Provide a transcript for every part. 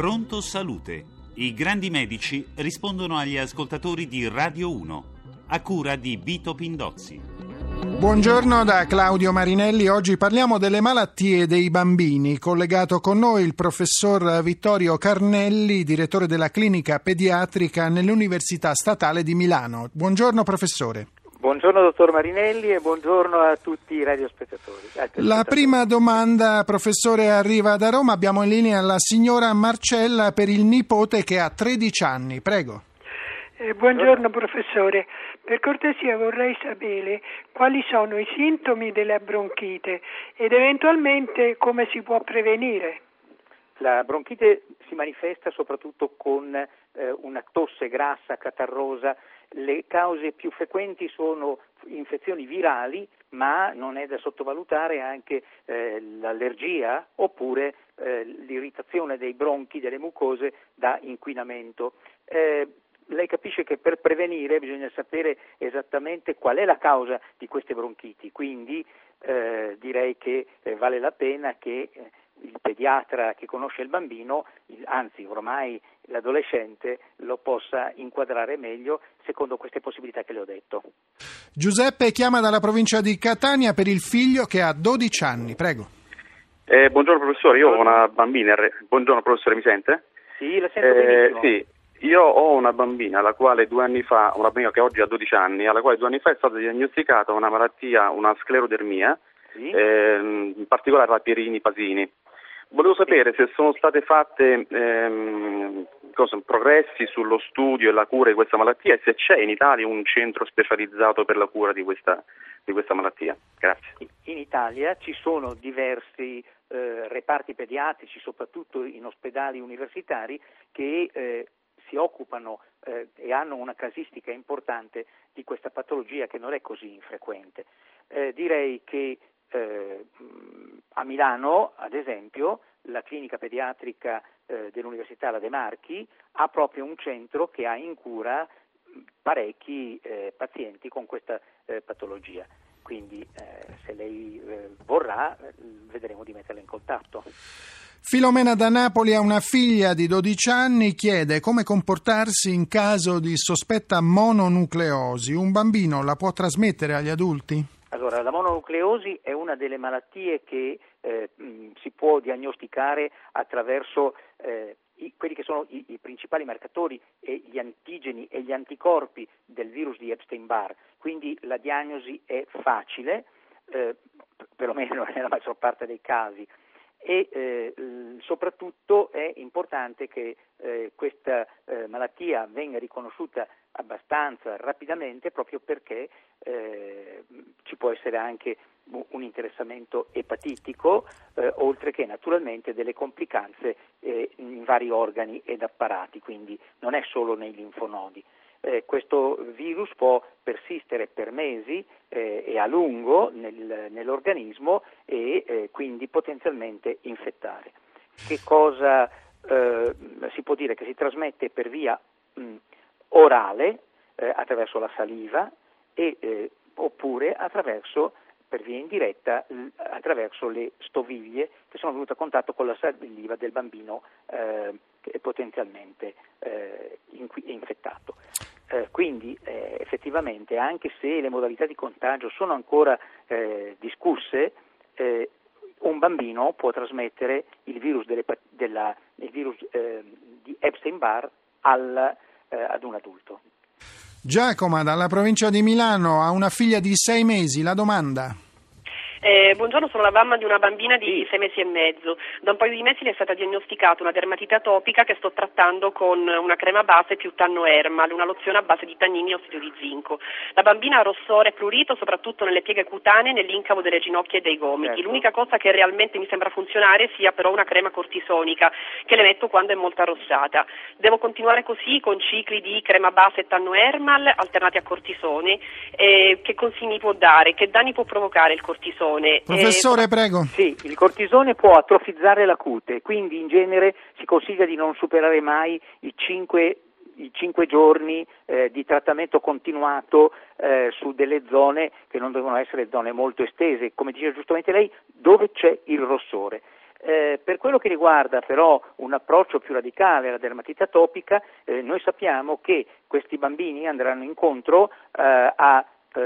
Pronto Salute. I grandi medici rispondono agli ascoltatori di Radio 1, a cura di Vito Pindozzi. Buongiorno da Claudio Marinelli. Oggi parliamo delle malattie dei bambini. Collegato con noi il professor Vittorio Carnelli, direttore della clinica pediatrica nell'Università Statale di Milano. Buongiorno professore. Buongiorno dottor Marinelli e buongiorno a tutti i radiospettatori. La prima domanda, professore, arriva da Roma. Abbiamo in linea la signora Marcella per il nipote che ha 13 anni. Prego. Buongiorno professore, per cortesia vorrei sapere quali sono i sintomi della bronchite ed eventualmente come si può prevenire. La bronchite si manifesta soprattutto con una tosse grassa, catarrosa. Le cause più frequenti sono infezioni virali, ma non è da sottovalutare anche l'allergia oppure l'irritazione dei bronchi, delle mucose da inquinamento. Lei capisce che per prevenire bisogna sapere esattamente qual è la causa di queste bronchiti, quindi direi che vale la pena che il pediatra che conosce il bambino, anzi ormai l'adolescente, lo possa inquadrare meglio secondo queste possibilità che le ho detto. Giuseppe chiama dalla provincia di Catania per il figlio che ha 12 anni, prego. Buongiorno professore, io ho una bambina. Buongiorno professore, mi sente? Sì, la sento benissimo. Sì. Io ho una bambina alla quale 2 anni fa, una bambina che oggi ha 12 anni, alla quale 2 anni fa è stata diagnosticata una malattia, una sclerodermia, sì. In particolare la Pierini-Pasini. Volevo sapere se sono state fatte progressi sullo studio e la cura di questa malattia e se c'è in Italia un centro specializzato per la cura di questa malattia. Grazie. In Italia ci sono diversi reparti pediatrici, soprattutto in ospedali universitari, che si occupano e hanno una casistica importante di questa patologia che non è così infrequente. Direi che a Milano, ad esempio, la clinica pediatrica dell'Università La De Marchi ha proprio un centro che ha in cura parecchi pazienti con questa patologia. Quindi se lei vorrà vedremo di metterla in contatto. Filomena da Napoli ha una figlia di 12 anni, chiede come comportarsi in caso di sospetta mononucleosi. Un bambino la può trasmettere agli adulti? Allora, la mononucleosi è una delle malattie che si può diagnosticare attraverso quelli che sono i principali marcatori e gli antigeni e gli anticorpi del virus di Epstein-Barr. Quindi la diagnosi è facile, perlomeno nella maggior parte dei casi. E soprattutto è importante che questa malattia venga riconosciuta abbastanza rapidamente, proprio perché ci può essere anche un interessamento epatitico, oltre che naturalmente delle complicanze in vari organi ed apparati, quindi non è solo nei linfonodi. Questo virus può persistere per mesi e a lungo nell'organismo e quindi potenzialmente infettare. Che cosa si può dire? Che si trasmette per via orale, attraverso la saliva oppure per via indiretta attraverso le stoviglie che sono venute a contatto con la saliva del bambino potenzialmente infettato. Quindi effettivamente, anche se le modalità di contagio sono ancora discusse, un bambino può trasmettere il virus di Epstein-Barr ad un adulto. Giacomo dalla provincia di Milano ha una figlia di 6 mesi, la domanda. Buongiorno, sono la mamma di una bambina di 6 mesi e mezzo. Da un paio di mesi le è stata diagnosticata una dermatite atopica che sto trattando con una crema base più Tannoermal, una lozione a base di tannini e ossido di zinco. La bambina ha rossore e prurito soprattutto nelle pieghe cutanee, nell'incavo delle ginocchia e dei gomiti. Certo. L'unica cosa che realmente mi sembra funzionare sia però una crema cortisonica che le metto quando è molto arrossata. Devo continuare così con cicli di crema base e Tannoermal alternati a cortisone? Che consigli mi può dare? Che danni può provocare il cortisone? Professore, prego. Sì, il cortisone può atrofizzare la cute, quindi in genere si consiglia di non superare mai i 5 giorni di trattamento continuato su delle zone che non devono essere zone molto estese, come dice giustamente lei, dove c'è il rossore. Per quello che riguarda però un approccio più radicale alla dermatite atopica, noi sappiamo che questi bambini andranno incontro a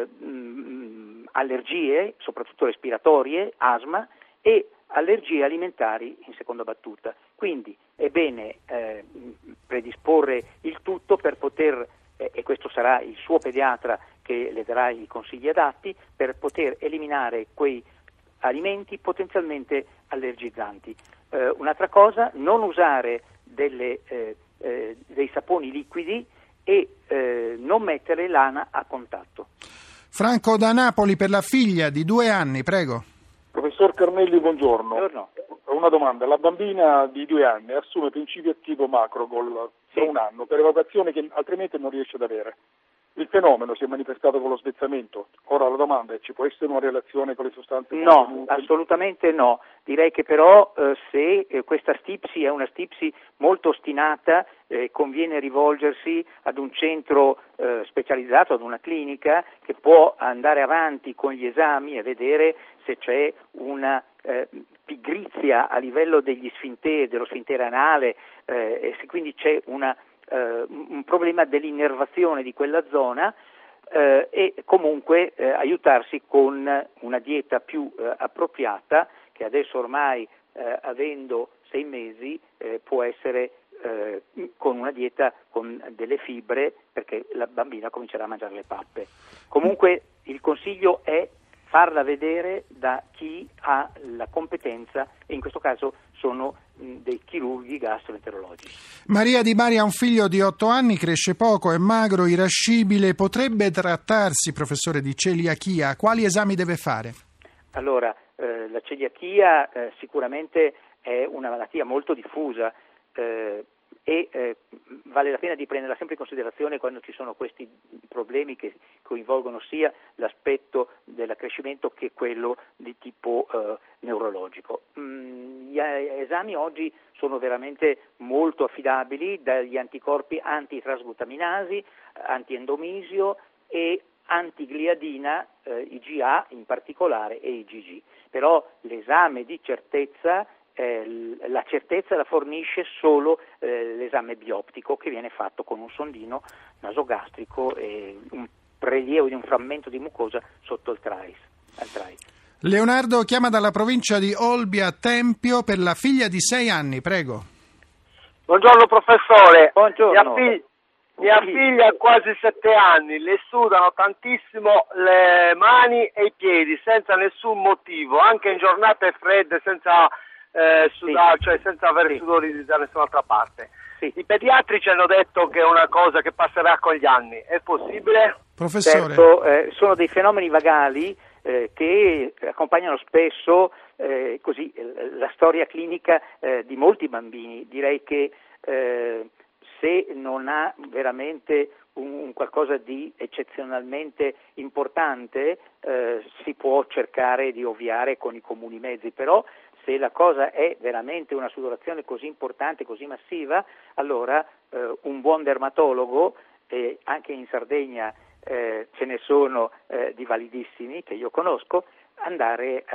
allergie, soprattutto respiratorie, asma e allergie alimentari in seconda battuta. Quindi è bene predisporre il tutto per poter, e questo sarà il suo pediatra che le darà i consigli adatti, per poter eliminare quei alimenti potenzialmente allergizzanti. Un'altra cosa, non usare dei saponi liquidi e non mettere lana a contatto. Franco da Napoli per la figlia di 2 anni, prego. Professor Carnelli, buongiorno. Buongiorno. Una domanda, la bambina di 2 anni assume principio attivo Macrogol da 1 anno per evacuazione che altrimenti non riesce ad avere. Il fenomeno si è manifestato con lo svezzamento. Ora la domanda è: ci può essere una relazione con le sostanze? No, assolutamente no. Direi che però se questa stipsi è una stipsi molto ostinata, conviene rivolgersi ad un centro specializzato, ad una clinica che può andare avanti con gli esami e vedere se c'è una pigrizia a livello degli sfinteri, dello sfintere anale, e se quindi c'è un problema dell'innervazione di quella zona, e comunque aiutarsi con una dieta più appropriata, che adesso ormai avendo 6 mesi può essere con una dieta con delle fibre, perché la bambina comincerà a mangiare le pappe. Comunque il consiglio è farla vedere da chi ha la competenza, e in questo caso sono dei chirurghi gastroenterologici. Maria Di Bari ha un figlio di 8 anni, cresce poco, è magro, irascibile, potrebbe trattarsi, professore, di celiachia. Quali esami deve fare? Allora, la celiachia sicuramente è una malattia molto diffusa e vale la pena di prenderla sempre in considerazione quando ci sono questi problemi che coinvolgono sia l'aspetto dell'accrescimento che quello di tipo neurologico. Gli esami oggi sono veramente molto affidabili, dagli anticorpi antitrasglutaminasi, antiendomisio e antigliadina, IgA in particolare e IgG. Però l'esame di certezza, la certezza la fornisce solo l'esame bioptico, che viene fatto con un sondino nasogastrico e un prelievo di un frammento di mucosa sotto il trais. Leonardo chiama dalla provincia di Olbia Tempio per la figlia di 6 anni, prego. Buongiorno professore. Buongiorno. Mia figlia ha quasi 7 anni, le sudano tantissimo le mani e i piedi senza nessun motivo, anche in giornate fredde, senza sudare, cioè senza avere sudori da nessun'altra parte. Sì. I pediatrici hanno detto che è una cosa che passerà con gli anni, è possibile? Professore. Certo, sono dei fenomeni vagali che accompagnano spesso così la storia clinica di molti bambini. Direi che se non ha veramente un qualcosa di eccezionalmente importante, si può cercare di ovviare con i comuni mezzi, però se la cosa è veramente una sudorazione così importante, così massiva, allora un buon dermatologo, anche in Sardegna ce ne sono di validissimi che io conosco, andare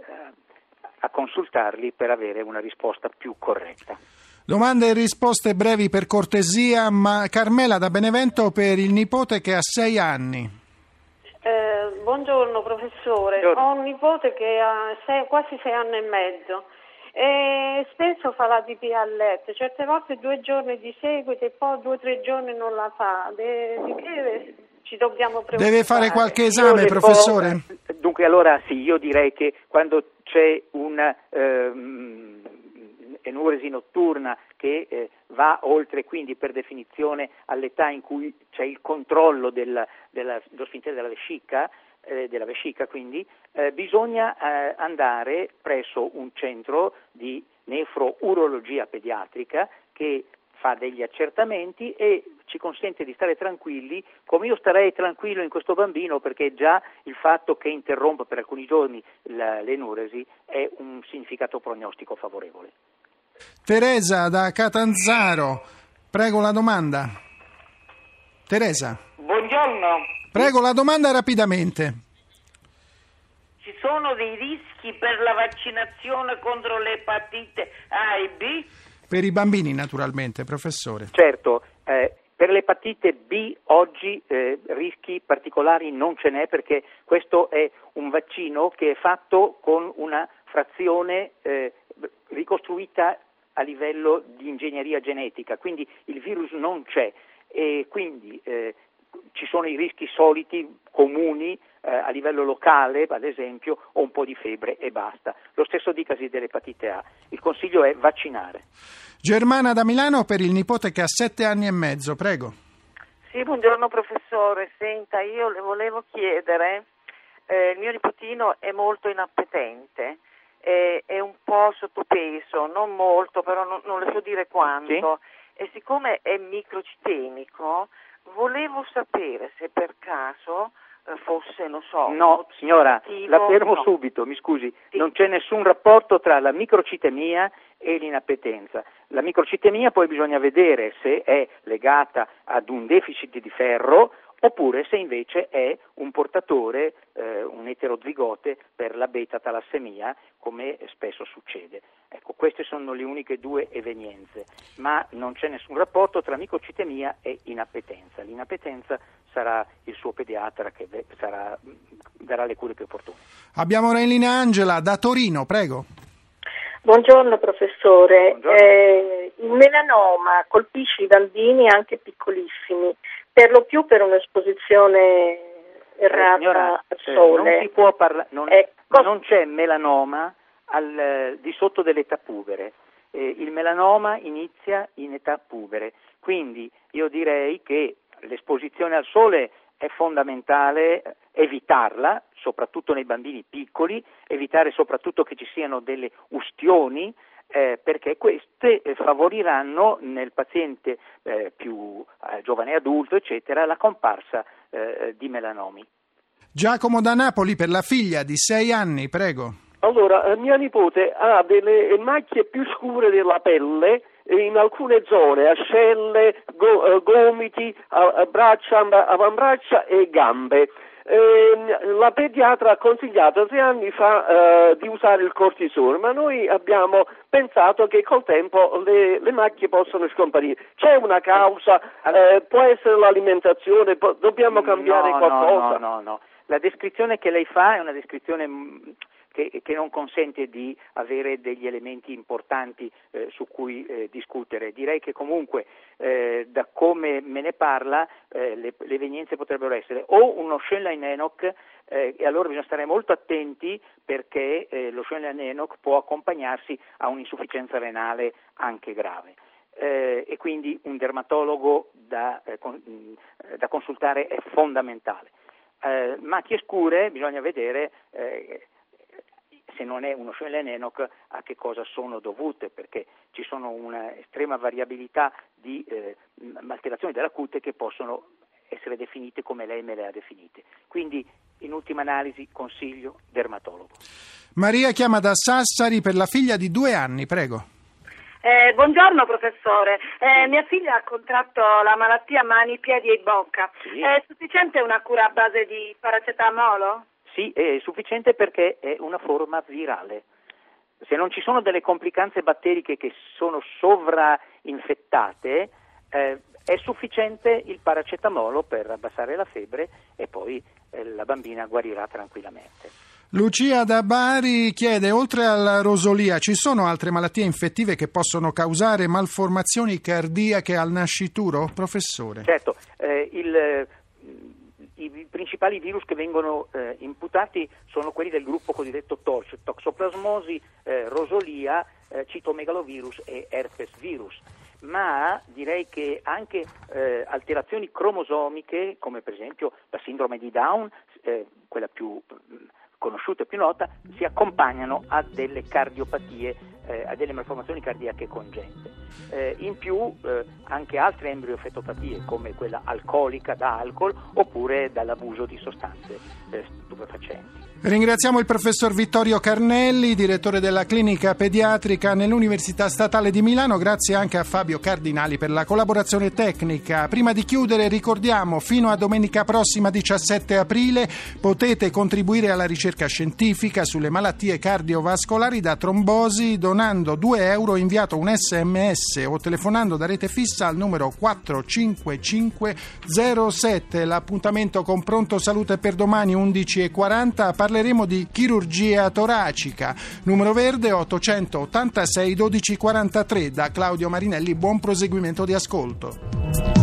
a consultarli per avere una risposta più corretta. Domande e risposte brevi per cortesia, ma Carmela da Benevento per il nipote che ha 6 anni. Buongiorno professore, Buongiorno. Ho un nipote che ha quasi 6 anni e mezzo e spesso fa la pipì a letto, certe volte 2 giorni di seguito e poi 2 o 3 giorni non la fa. Di che ci dobbiamo preoccupare? Deve fare qualche esame, professore? Dunque allora sì, io direi che quando c'è una enuresi notturna che va oltre, quindi per definizione all'età in cui c'è il controllo dello sfintere della vescica, quindi bisogna andare presso un centro di nefrourologia pediatrica che fa degli accertamenti e ci consente di stare tranquilli, come io starei tranquillo in questo bambino, perché già il fatto che interrompa per alcuni giorni l'enuresi è un significato prognostico favorevole. Teresa da Catanzaro, prego la domanda. Teresa. Buongiorno. Prego la domanda rapidamente. Ci sono sono dei rischi per la vaccinazione contro l'epatite A e B? Per i bambini naturalmente, professore. Certo, per l'epatite B oggi rischi particolari non ce n'è, perché questo è un vaccino che è fatto con una frazione ricostruita a livello di ingegneria genetica, quindi il virus non c'è e quindi ci sono i rischi soliti, comuni, a livello locale, ad esempio, o un po' di febbre e basta. Lo stesso dicasi dell'epatite A. Il consiglio è vaccinare. Germana da Milano per il nipote che ha 7 anni e mezzo, prego. Sì, buongiorno professore. Senta, io le volevo chiedere, il mio nipotino è molto inappetente, è un po' sottopeso, non molto, però non le so dire quanto, sì? E siccome è microcitemico, volevo sapere se per caso fosse, non so... No, signora, la fermo subito, mi scusi, sì. Non c'è nessun rapporto tra la microcitemia e l'inappetenza. La microcitemia poi bisogna vedere se è legata ad un deficit di ferro oppure se invece è un portatore, un eterozigote per la beta-talassemia, come spesso succede. Ecco, queste sono le uniche due evenienze, ma non c'è nessun rapporto tra microcitemia e inappetenza. L'inappetenza sarà il suo pediatra che darà le cure più opportune. Abbiamo ora in linea Angela da Torino, prego. Buongiorno professore. Buongiorno. Il melanoma colpisce i bambini anche piccolissimi, per lo più per un'esposizione errata signora, al sole. Non si può non c'è melanoma di sotto dell'età pubere. Il melanoma inizia in età pubere, quindi io direi che l'esposizione al sole è fondamentale evitarla, soprattutto nei bambini piccoli, evitare soprattutto che ci siano delle ustioni, perché queste favoriranno nel paziente più giovane adulto, eccetera, la comparsa di melanomi. Giacomo da Napoli per la figlia di 6 anni, prego. Allora, mia nipote ha delle macchie più scure della pelle in alcune zone, ascelle, gomiti, braccia, avambraccia e gambe. La pediatra ha consigliato 3 anni fa di usare il cortisone, ma noi abbiamo pensato che col tempo le macchie possono scomparire. C'è una causa? Può essere l'alimentazione? Dobbiamo cambiare qualcosa? No. La descrizione che lei fa è una descrizione che non consente di avere degli elementi importanti su cui discutere. Direi che comunque da come me ne parla le evenienze potrebbero essere o uno Schenlein-Enoch e allora bisogna stare molto attenti perché lo Schenlein-Enoch può accompagnarsi a un'insufficienza renale anche grave. E quindi un dermatologo da consultare è fondamentale. Macchie scure bisogna vedere se non è uno Schenlein-Enoch a che cosa sono dovute, perché ci sono una estrema variabilità di alterazioni della cute che possono essere definite come lei me le ha definite. Quindi in ultima analisi consiglio dermatologo. Maria chiama da Sassari per la figlia di 2 anni, prego. Buongiorno professore, mia figlia ha contratto la malattia mani, piedi e bocca. Sì. È sufficiente una cura a base di paracetamolo? Sì, è sufficiente perché è una forma virale. Se non ci sono delle complicanze batteriche che sono sovrainfettate, è sufficiente il paracetamolo per abbassare la febbre e poi la bambina guarirà tranquillamente. Lucia da Bari chiede, oltre alla rosolia, ci sono altre malattie infettive che possono causare malformazioni cardiache al nascituro, professore? Certo, i principali virus che vengono imputati sono quelli del gruppo cosiddetto TORCH, toxoplasmosi, rosolia, citomegalovirus e herpes virus. Ma direi che anche alterazioni cromosomiche, come per esempio la sindrome di Down, quella più conosciuta e più nota, si accompagnano a delle cardiopatie a delle malformazioni cardiache congente. In più anche altre embriofetopatie come quella alcolica da alcol oppure dall'abuso di sostanze stupefacenti. Ringraziamo il professor Vittorio Carnelli, direttore della clinica pediatrica nell'Università Statale di Milano. Grazie anche a Fabio Cardinali per la collaborazione tecnica. Prima di chiudere ricordiamo, fino a domenica prossima 17 aprile potete contribuire alla ricerca scientifica sulle malattie cardiovascolari da trombosi donando €2, inviato un SMS o telefonando da rete fissa al numero 45507. L'appuntamento con Pronto Salute per domani 11:40. Parleremo di chirurgia toracica. Numero verde 886 12 43. Da Claudio Marinelli, buon proseguimento di ascolto.